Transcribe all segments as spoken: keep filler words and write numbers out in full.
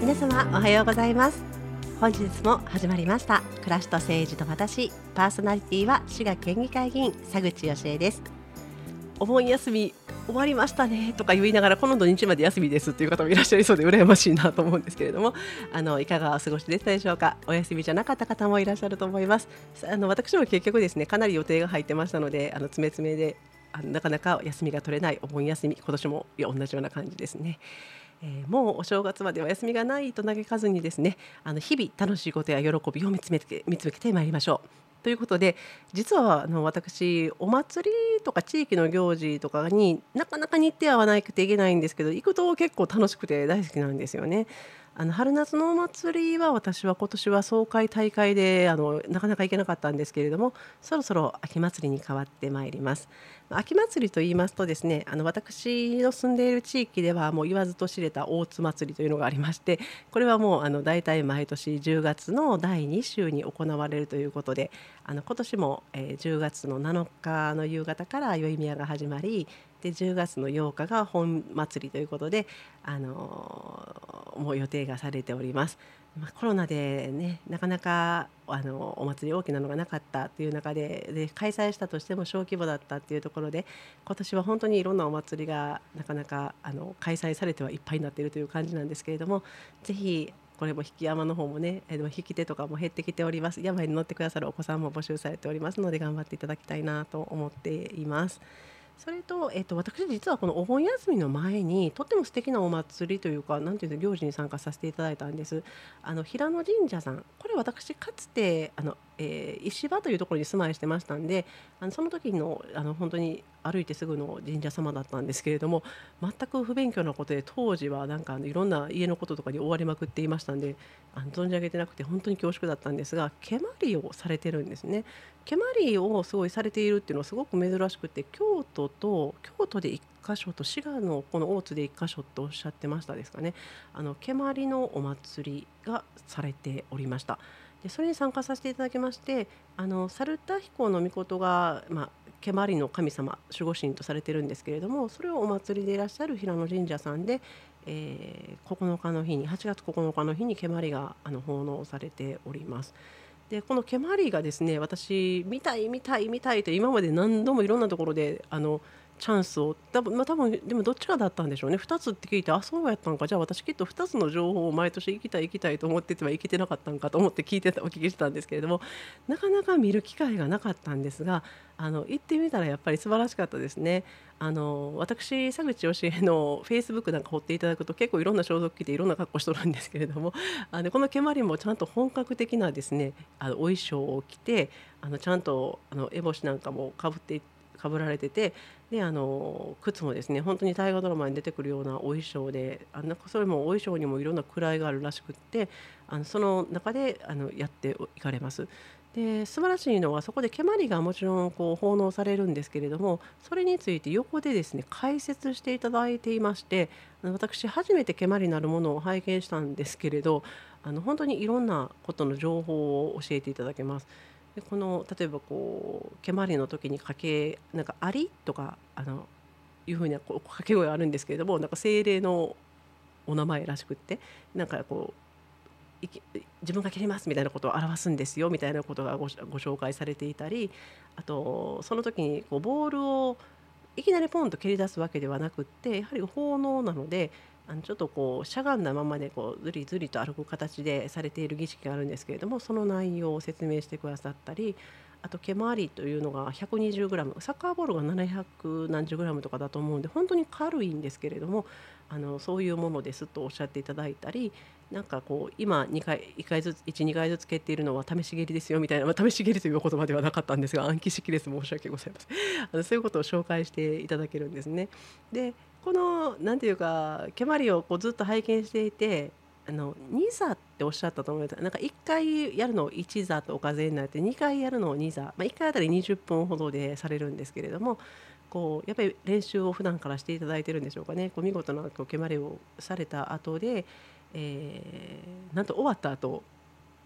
皆様おはようございます。本日も始まりました暮らしと政治と私。パーソナリティは滋賀県議会議員佐口芳恵です。お盆休み終わりましたねとか言いながらこの土日まで休みですという方もいらっしゃいそうで羨ましいなと思うんですけれども、あのいかがお過ごしでしたでしょうか。お休みじゃなかった方もいらっしゃると思います。あの私も結局ですね、かなり予定が入ってましたので、あの詰め詰めであのなかなか休みが取れないお盆休み、今年もいや同じような感じですね。えーもうお正月までは休みがないと嘆かずにですね、あの日々楽しいことや喜びを見つめて見つめてまいりましょう。ということで、実はあの私お祭りとか地域の行事とかになかなか日程合わなくていけないんですけど、行くと結構楽しくて大好きなんですよね。あの春夏のお祭りは私は今年は総会大会であのなかなか行けなかったんですけれども、そろそろ秋祭りに変わってまいります。秋祭りと言いますとですね、あの私の住んでいる地域ではもう言わずと知れた大津祭りというのがありまして、これはもうあの大体毎年じゅうがつのだいに週に行われるということで、あの今年も、えーじゅうがつのなのかの夕方から宵宮が始まり、でじゅうがつのようかが本祭りということで、あのーもう予定がされております。まあ、コロナでね、なかなかあのお祭り大きなのがなかったっていう中で、で開催したとしても小規模だったっていうところで、今年は本当にいろんなお祭りがなかなかあの開催されてはいっぱいになっているという感じなんですけれども、ぜひこれも引き山の方もね、えーでも引き手とかも減ってきております。山に乗ってくださるお子さんも募集されておりますので、頑張っていただきたいなと思っています。それと、えっと、私実はこのお盆休みの前にとっても素敵なお祭りというか、なんていうの、行事に参加させていただいたんです。あの平野神社さん、これ私かつてあの、えー石場というところに住まいしてましたんで、あのその時のあの本当に歩いてすぐの神社様だったんですけれども、全く不勉強なことで当時はなんかあのいろんな家のこととかに追われまくっていましたんで、あの存じ上げてなくて本当に恐縮だったんですが、蹴鞠をされてるんですね。蹴鞠をすごいされているっていうのはすごく珍しくて、京都と京都でいっ箇所と滋賀のこの大津でいっ箇所とおっしゃってましたですかね。あの蹴鞠のお祭りがされておりました。でそれに参加させていただきまして、あの猿田彦の命が、まあ、蹴鞠の神様守護神とされてるんですけれども、それをお祭りでいらっしゃる平野神社さんで、えーここのかの日にはちがつここのかの日に蹴鞠があの奉納されております。でこの蹴鞠がですね、私見たい見たい見たいと今まで何度もいろんなところであのチャンスを多分、まあ、多分でもどっちかだったんでしょうね。ふたつって聞いて、あそうやったんか、じゃあ私きっとふたつの情報を毎年行きたい行きたいと思ってては行けてなかったんかと思って聞いてたお聞きしてたんですけれども、なかなか見る機会がなかったんですが、あの行ってみたらやっぱり素晴らしかったですね。あの私佐口芳恵のフェイスブックなんか掘っていただくと結構いろんな装束着ていろんな格好しとるんですけれども、あのこの蹴鞠もちゃんと本格的なですね、あのお衣装を着て、あのちゃんとあの烏帽子なんかもかぶってかぶられてて、であの靴もですね、本当に大河ドラマに出てくるようなお衣装で、あなんかそれもお衣装にもいろんな位があるらしくって、あのその中であのやっていかれます。で素晴らしいのは、そこで蹴鞠がもちろんこう奉納されるんですけれども、それについて横でですね解説していただいていまして、あの私初めて蹴鞠なるものを拝見したんですけれど、あの本当にいろんなことの情報を教えていただけます。でこの例えばこう蹴鞠の時にかけなんかありとかあのいうふうなこう掛け声あるんですけれども、なんか精霊のお名前らしくって、なんかこういき自分が蹴りますみたいなことを表すんですよみたいなことがごご紹介されていたり、あとその時にこうボールをいきなりポンと蹴り出すわけではなくって、やはり奉納なので、あのちょっとこうしゃがんだままでこうずりずりと歩く形でされている儀式があるんですけれども、その内容を説明してくださったり、あと蹴回りというのが ひゃくにじゅうグラム、サッカーボールがななひゃく何十グラムとかだと思うんで、本当に軽いんですけれども、あのそういうものですとおっしゃっていただいたり、なんかこう今にかいいっかいずついち、にかいずつ蹴っているのは試し蹴りですよみたいな、まあ、試し蹴りという言葉ではなかったんですが、暗記式です、申し訳ございません。あのそういうことを紹介していただけるんですね。でこのなんていうか蹴鞠をこうずっと拝見していて、あのに座っておっしゃったと思います。なんかいっかいやるのをいち座とお数えになって、にかいやるのをに座、まあ、いっかいあたりにじゅっぷんほどでされるんですけれども、こうやっぱり練習を普段からしていただいてるんでしょうかね。こう見事なこう蹴鞠をされた後で、えーなんと終わった後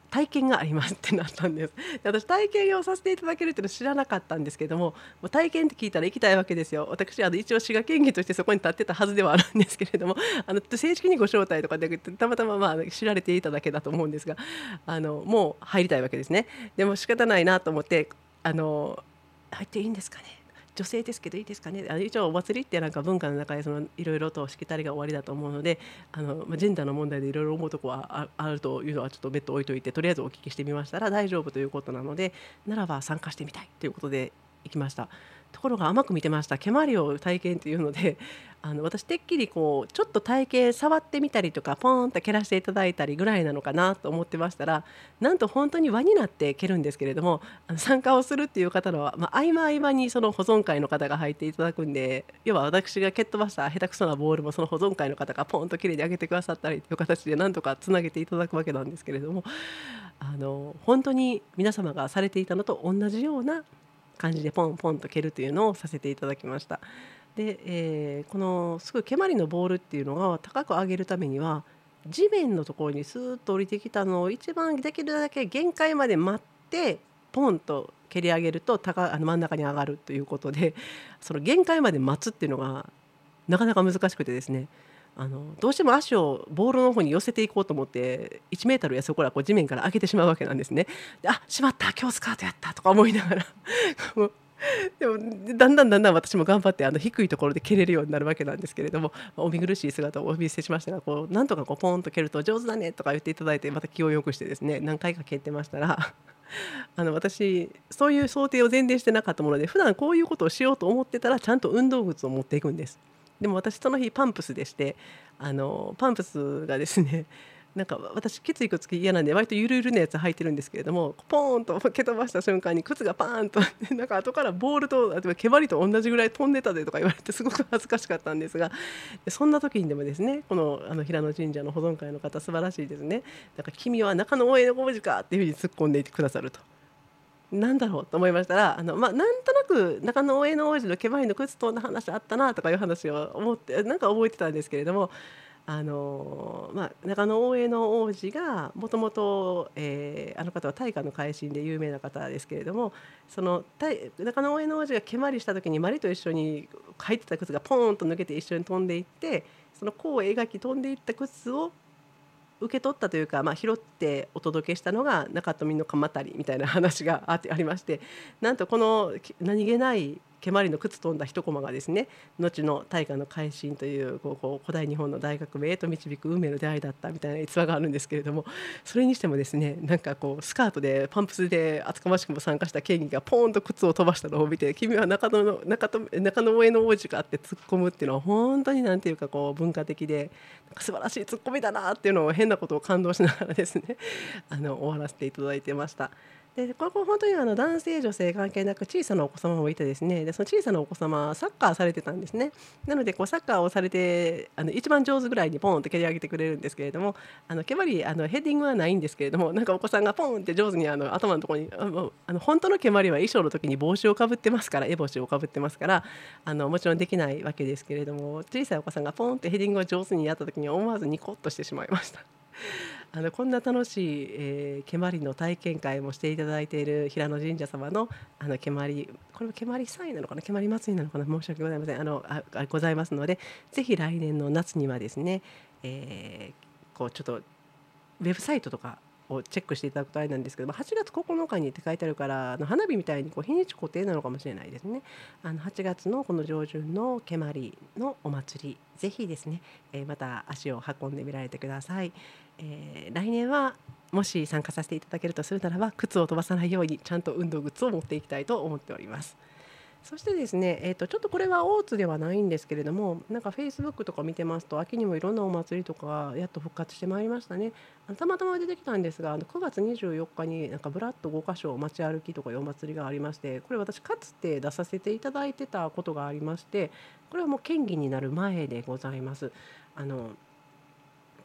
体験がありますってなったんです。で私体験をさせていただけるっていうの知らなかったんですけども、もう体験って聞いたら行きたいわけですよ。私あの一応滋賀県議としてそこに立ってたはずではあるんですけれども、あの正式にご招待とかでなくてたまたままあ知られていただけだと思うんですが、あのもう入りたいわけですね。でも仕方ないなと思って、あの入っていいんですかね、女性ですけどいいですかね、あの一応お祭りってなんか文化の中でそのいろいろとしきたりが終わりだと思うので、あの、まあ、ジェンダーの問題でいろいろ思うとこはああるというのはちょっと別途置いといて、とりあえずお聞きしてみましたら大丈夫ということなので、ならば参加してみたいということで行きました。ところが甘く見てました。蹴鞠を体験というので、あの私てっきりこうちょっと体験触ってみたりとかポーンと蹴らせていただいたりぐらいなのかなと思ってましたら、なんと本当に輪になって蹴るんですけれども、あの参加をするっていう方のは、まあ、合間合間にその保存会の方が入っていただくんで、要は私が蹴っ飛ばした下手くそなボールもその保存会の方がポンときれいに上げてくださったりという形でなんとかつなげていただくわけなんですけれども、あの本当に皆様がされていたのと同じような感じでポンポンと蹴るというのをさせていただきました。で、えーこのすごい蹴鞠のボールっていうのが高く上げるためには、地面のところにスーッと降りてきたのを一番できるだけ限界まで待ってポンと蹴り上げると高あの真ん中に上がるということで、その限界まで待つっていうのがなかなか難しくてですね、あのどうしても足をボールの方に寄せていこうと思っていちメートルやそこらこう地面から上げてしまうわけなんですね。で、あしまった今日スカートやったとか思いながらもうでもだんだんだんだん私も頑張ってあの低いところで蹴れるようになるわけなんですけれども、まあお見苦しい姿をお見せしましたが、こうなんとかこうポンと蹴ると上手だねとか言っていただいて、また気をよくしてですね何回か蹴ってましたらあの私そういう想定を前提してなかったもので、普段こういうことをしようと思ってたらちゃんと運動靴を持っていくんです。でも私その日パンプスでして、あのパンプスがですねなんか私きつい靴嫌なんで割とゆるゆるなやつ履いてるんですけれども、ポーンと蹴飛ばした瞬間に靴がパーンとなんか後からボールとあと毛針と同じぐらい飛んでたでとか言われてすごく恥ずかしかったんですが、でそんな時にでもですねこのあの平野神社の保存会の方素晴らしいですね。だから君は中野大江の王子かっていうふうに突っ込んでいてくださると。なんだろうと思いましたら、あの、まあ、なんとなく中野大江の王子の毛針の靴との話あったなとかいう話を思ってなんか覚えてたんですけれども、あのまあ、中野大江の王子がもともとえーあの方は大化の改新で有名な方ですけれども、その大中野大江の王子が毛鞠した時に鞠と一緒に履いてた靴がポーンと抜けて一緒に飛んでいって、その甲を描き飛んでいった靴を受け取ったというか、まあ、拾ってお届けしたのが中富の鎌足みたいな話があってありまして、なんとこのき何気ない蹴鞠の靴飛んだ一コマがですね、後の大化の改新というこうこう古代日本の大革命へと導く運命の出会いだったみたいな逸話があるんですけれども、それにしてもですねなんかこうスカートでパンプスで厚かましくも参加した県議がポーンと靴を飛ばしたのを見て、君は中野の中と中野上の王子かって突っ込むっていうのは本当になんていうかこう文化的でなんか素晴らしいツッコミだなっていうのを変なことを感動しながらですねあの終わらせていただいてました。でこれ本当にあの男性女性関係なく小さなお子様もいてですね、でその小さなお子様はサッカーされてたんですね。なのでこうサッカーをされてあの一番上手ぐらいにポンって蹴り上げてくれるんですけれども、あの蹴鞠あのヘディングはないんですけれども、なんかお子さんがポンって上手にあの頭のところにあのあの本当の蹴鞠は衣装の時に帽子をかぶってますから、烏帽子をかぶってますからあのもちろんできないわけですけれども、小さいお子さんがポンってヘディングを上手にやった時に思わずニコッとしてしまいました。あのこんな楽しい、えー、蹴鞠の体験会もしていただいている平野神社様のあの蹴鞠、これも蹴鞠祭なのかな、蹴鞠祭りなのかな、申し訳ございません。あのああございますので、ぜひ来年の夏にはですね、えーこうちょっとウェブサイトとかをチェックしていただくとあれなんですけども、はちがつここのかにって書いてあるから、あの花火みたいにこう日にち固定なのかもしれないですね。あのはちがつのこの上旬の蹴鞠のお祭り、ぜひですね、えーまた足を運んでみられてください。えー来年はもし参加させていただけるとするならば、靴を飛ばさないようにちゃんと運動靴を持っていきたいと思っております。そしてですね、えー、とちょっとこれは大津ではないんですけれども、なんかフェイスブックとか見てますと秋にもいろんなお祭りとかやっと復活してまいりましたね。あのたまたま出てきたんですが、あのくがつにじゅうよっかになんかブラッドごかしょ街歩きとかいうお祭りがありまして、これ私かつて出させていただいてたことがありまして、これはもう県議になる前でございます。あの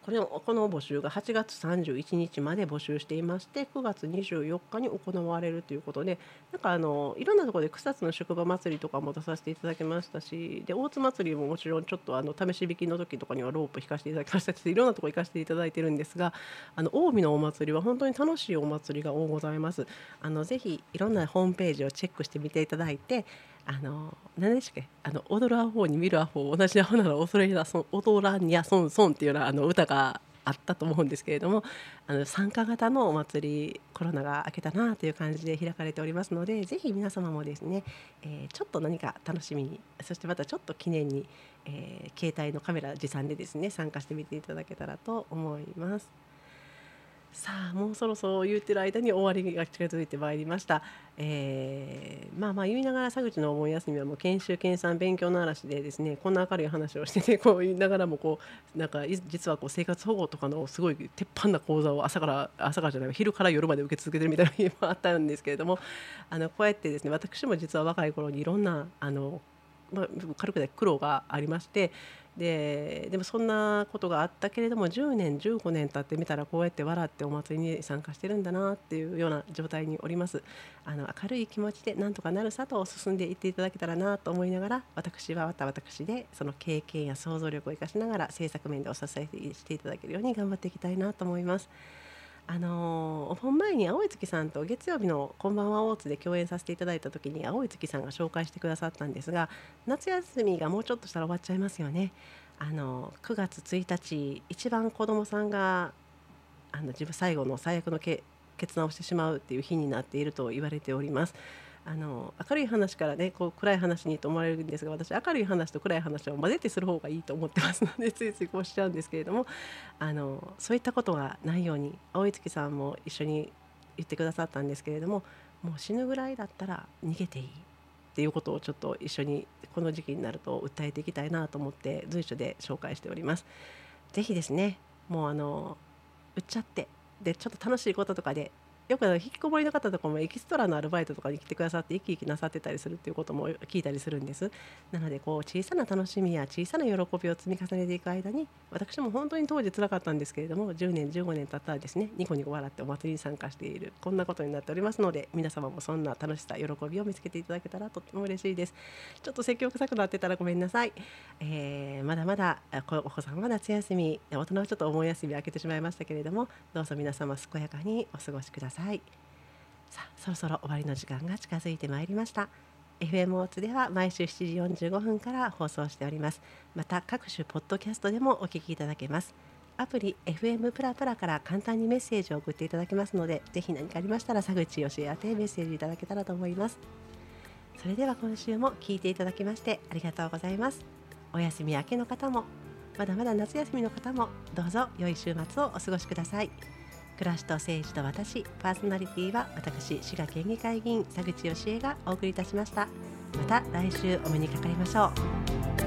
これこの募集がはちがつさんじゅういちにちまで募集していまして、くがつにじゅうよっかに行われるということで、なんかあのいろんなところで草津の宿場祭りとかも出させていただきましたし、で大津祭りももちろんちょっとあの試し引きの時とかにはロープ引かせていただきましたし、いろんなところ行かせていただいてるんですが、あの近江のお祭りは本当に楽しいお祭りが多ございます。あのぜひいろんなホームページをチェックしてみていただいて、あの何でしたっけ、あの踊るアホに見るアホ同じアホなら恐れなそ踊らんにゃそんそんっていうようなあの歌があったと思うんですけれども、あの参加型のお祭り、コロナが明けたなという感じで開かれておりますので、ぜひ皆様もですね、えーちょっと何か楽しみに、そしてまたちょっと記念に、えー携帯のカメラ持参でですね参加してみていただけたらと思います。さあもうそろそろ言ってる間に終わりが近づいてまいりました。えーまあまあ言いながら佐口のお盆休みはもう研修研鑽勉強の嵐でですね、こんな明るい話をしててこう言いながらもこうなんかい実はこう生活保護とかのすごい鉄板な講座を朝から朝からじゃない昼から夜まで受け続けてるみたいな日もあったんですけれども、あのこうやってですね私も実は若い頃にいろんなあのまあ、軽くで苦労がありまして、ででもそんなことがあったけれどもじゅうねんじゅうごねん経ってみたらこうやって笑ってお祭りに参加してるんだなっていうような状態におります。あの明るい気持ちでなんとかなるさと進んでいっていただけたらなと思いながら、私はまた私でその経験や想像力を生かしながら制作面でお支えしていただけるように頑張っていきたいなと思います。あのーお盆前に青い月さんと月曜日の「こんばんは大津」で共演させていただいた時に青い月さんが紹介してくださったんですが、夏休みがもうちょっとしたら終わっちゃいますよね。あのくがつついたち一番子どもさんがあの自分最後の最悪のけ決断をしてしまうっていう日になっていると言われております。あの明るい話からねこう暗い話にと思われるんですが、私明るい話と暗い話を混ぜてする方がいいと思ってますのでついついこうしちゃうんですけれども、あのそういったことがないように青い月さんも一緒に言ってくださったんですけれども、もう死ぬぐらいだったら逃げていいっていうことをちょっと一緒にこの時期になると訴えていきたいなと思って随所で紹介しております。ぜひですね、もうあの売っちゃってでちょっと楽しいこととかで、よくあの引きこもりの方とかもエキストラのアルバイトとかに来てくださって生き生きなさってたりするっていうことも聞いたりするんです。なのでこう小さな楽しみや小さな喜びを積み重ねていく間に、私も本当に当時辛かったんですけれどもじゅうねんじゅうごねん経ったらですねニコニコ笑ってお祭りに参加している、こんなことになっておりますので、皆様もそんな楽しさ喜びを見つけていただけたらとっても嬉しいです。ちょっと積極臭くなってたらごめんなさい。えーまだまだあこお子さんは夏休み、大人はちょっとお盆休み明けてしまいましたけれども、どうぞ皆様健やかにお過ごしください。さあそろそろ終わりの時間が近づいてまいりました。 エフエム 大津では毎週しちじよんじゅうごふんから放送しております。また各種ポッドキャストでもお聞きいただけます。アプリ エフエム プラプラから簡単にメッセージを送っていただけますので、ぜひ何かありましたら佐口よしえ宛てメッセージいただけたらと思います。それでは今週も聞いていただきましてありがとうございます。お休み明けの方もまだまだ夏休みの方もどうぞ良い週末をお過ごしください。暮らしと政治と私、パーソナリティは私滋賀県議会議員佐口よしえがお送りいたしました。また来週お目にかかりましょう。